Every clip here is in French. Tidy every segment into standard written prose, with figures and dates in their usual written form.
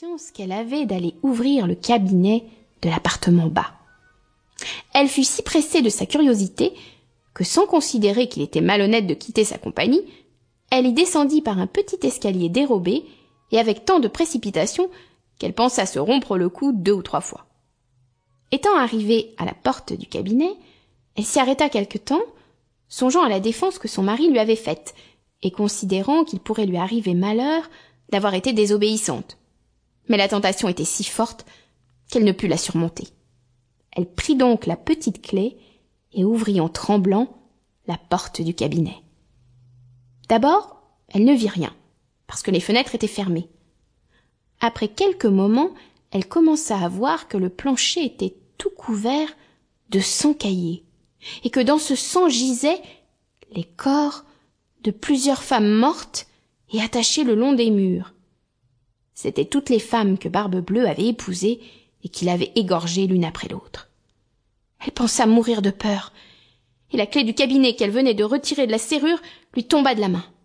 impatience qu'elle avait d'aller ouvrir le cabinet de l'appartement bas. Elle fut si pressée de sa curiosité que, sans considérer qu'il était malhonnête de quitter sa compagnie, elle y descendit par un petit escalier dérobé et avec tant de précipitation qu'elle pensa se rompre le cou 2 ou 3 fois. Étant arrivée à la porte du cabinet, elle s'y arrêta quelque temps, songeant à la défense que son mari lui avait faite et considérant qu'il pourrait lui arriver malheur d'avoir été désobéissante. Mais la tentation était si forte qu'elle ne put la surmonter. Elle prit donc la petite clé et ouvrit en tremblant la porte du cabinet. D'abord, elle ne vit rien, parce que les fenêtres étaient fermées. Après quelques moments, elle commença à voir que le plancher était tout couvert de sang caillé, et que dans ce sang gisaient les corps de plusieurs femmes mortes et attachées le long des murs. C'étaient toutes les femmes que Barbe-Bleue avait épousées et qu'il avait égorgées l'une après l'autre. Elle pensa mourir de peur, et la clé du cabinet qu'elle venait de retirer de la serrure lui tomba de la main.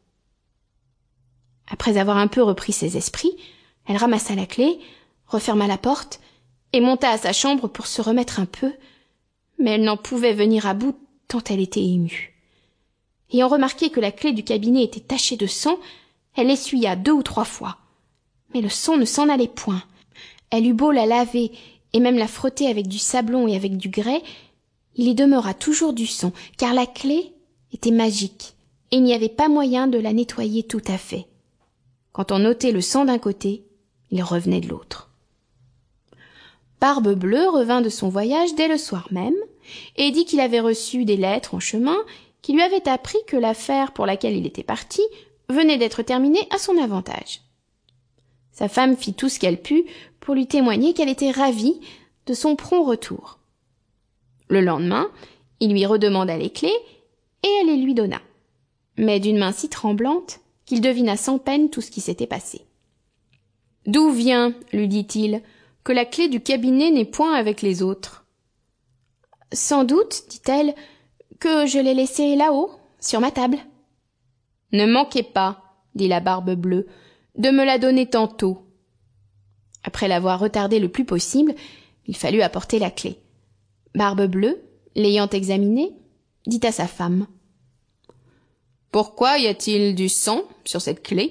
Après avoir un peu repris ses esprits, elle ramassa la clé, referma la porte et monta à sa chambre pour se remettre un peu, mais elle n'en pouvait venir à bout tant elle était émue. Ayant remarqué que la clé du cabinet était tachée de sang, elle l'essuya 2 ou 3 fois. Mais le sang ne s'en allait point. Elle eut beau la laver et même la frotter avec du sablon et avec du grès, il y demeura toujours du sang, car la clé était magique et il n'y avait pas moyen de la nettoyer tout à fait. Quand on ôtait le sang d'un côté, il revenait de l'autre. Barbe-Bleue revint de son voyage dès le soir même et dit qu'il avait reçu des lettres en chemin qui lui avaient appris que l'affaire pour laquelle il était parti venait d'être terminée à son avantage. Sa femme fit tout ce qu'elle put pour lui témoigner qu'elle était ravie de son prompt retour. Le lendemain, il lui redemanda les clés et elle les lui donna, mais d'une main si tremblante qu'il devina sans peine tout ce qui s'était passé. « D'où vient, lui dit-il, que la clé du cabinet n'est point avec les autres ?»« Sans doute, dit-elle, que je l'ai laissée là-haut, sur ma table. »« Ne manquez pas, dit la Barbe-Bleue, de me la donner tantôt. » Après l'avoir retardé le plus possible, il fallut apporter la clé. Barbe-Bleue, l'ayant examinée, dit à sa femme: « Pourquoi y a-t-il du sang sur cette clé ?»«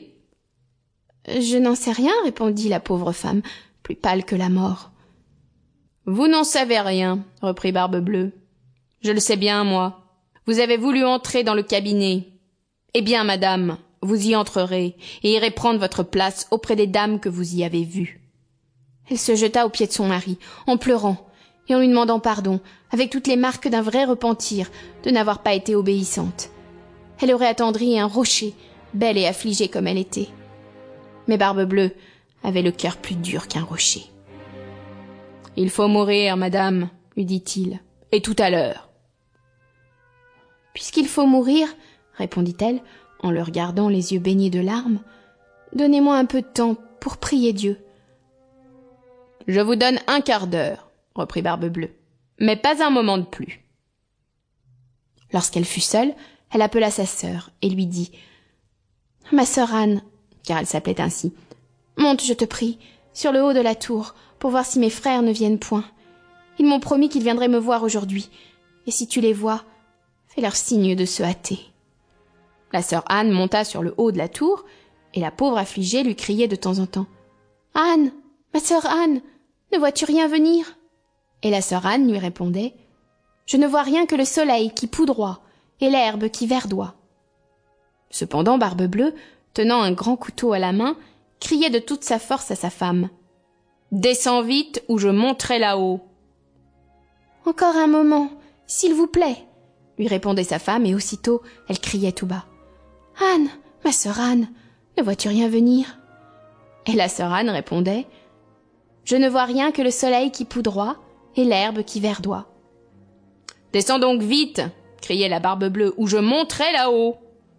Je n'en sais rien, répondit la pauvre femme, plus pâle que la mort. »« Vous n'en savez rien, reprit Barbe-Bleue. Je le sais bien, moi. Vous avez voulu entrer dans le cabinet. Eh bien, madame, vous y entrerez et irez prendre votre place auprès des dames que vous y avez vues. » Elle se jeta aux pieds de son mari, en pleurant et en lui demandant pardon, avec toutes les marques d'un vrai repentir de n'avoir pas été obéissante. Elle aurait attendri un rocher, belle et affligée comme elle était. Mais Barbe-Bleue avait le cœur plus dur qu'un rocher. « Il faut mourir, madame, lui dit-il, et tout à l'heure. »« Puisqu'il faut mourir, répondit-elle, en le regardant les yeux baignés de larmes, donnez-moi un peu de temps pour prier Dieu. »« Je vous donne 1/4 d'heure, reprit Barbe-Bleue, mais pas un moment de plus. » Lorsqu'elle fut seule, elle appela sa sœur et lui dit: « Ma sœur Anne, car elle s'appelait ainsi, monte, je te prie, sur le haut de la tour, pour voir si mes frères ne viennent point. Ils m'ont promis qu'ils viendraient me voir aujourd'hui, et si tu les vois, fais-leur signe de se hâter. » La sœur Anne monta sur le haut de la tour, et la pauvre affligée lui criait de temps en temps: « Anne, ma sœur Anne, ne vois-tu rien venir ?» Et la sœur Anne lui répondait: « Je ne vois rien que le soleil qui poudroie et l'herbe qui verdoie. » Cependant Barbe-Bleue, tenant un grand couteau à la main, criait de toute sa force à sa femme: « Descends vite ou je monterai là-haut. »« Encore un moment, s'il vous plaît, » lui répondait sa femme, et aussitôt elle criait tout bas: « Anne, ma sœur Anne, ne vois-tu rien venir ?» Et la sœur Anne répondait: « Je ne vois rien que le soleil qui poudroie et l'herbe qui verdoie. »« Descends donc vite, » criait la Barbe-Bleue, « ou je monterai là-haut. »«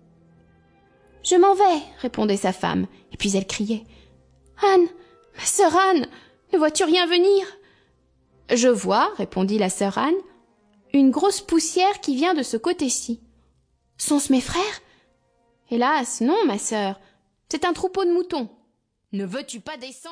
Je m'en vais, » répondait sa femme, et puis elle criait: « Anne, ma sœur Anne, ne vois-tu rien venir ?»« Je vois, » répondit la sœur Anne, « une grosse poussière qui vient de ce côté-ci. »« Sont-ce mes frères ?»« Hélas, non, ma sœur, c'est un troupeau de moutons. »« Ne veux-tu pas descendre ?»